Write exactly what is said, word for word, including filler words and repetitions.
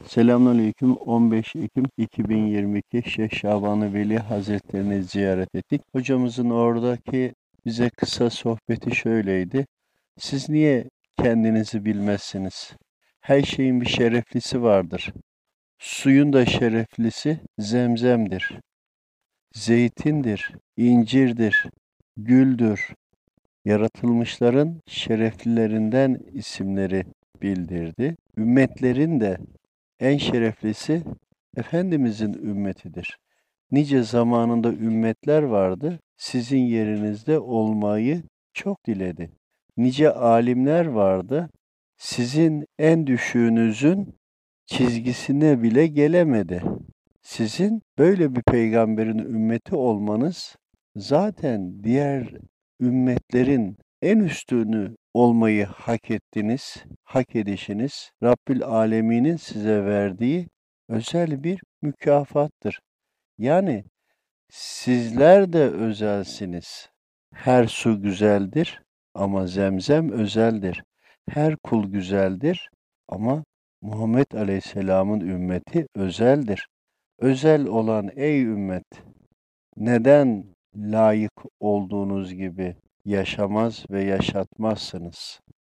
Selamünaleyküm. on beş Ekim iki bin yirmi iki Şeyh Şaban-ı Veli Hazretlerini ziyaret ettik. Hocamızın oradaki bize kısa sohbeti şöyleydi. Siz niye kendinizi bilmezsiniz? Her şeyin bir şereflisi vardır. Suyun da şereflisi zemzemdir, zeytindir, incirdir, güldür. Yaratılmışların şereflilerinden isimleri bildirdi. Ümmetlerin de en şereflisi Efendimizin ümmetidir. Nice zamanında ümmetler vardı, sizin yerinizde olmayı çok diledi. Nice alimler vardı, sizin en düşüğünüzün çizgisine bile gelemedi. Sizin böyle bir peygamberin ümmeti olmanız zaten diğer ümmetlerin en üstünü olmayı hak ettiniz, hak edişiniz, Rabbül Alemin'in size verdiği özel bir mükafattır. Yani sizler de özelsiniz. Her su güzeldir ama zemzem özeldir. Her kul güzeldir ama Muhammed Aleyhisselam'ın ümmeti özeldir. Özel olan ey ümmet, neden layık olduğunuz gibi yaşamaz ve yaşatmazsınız?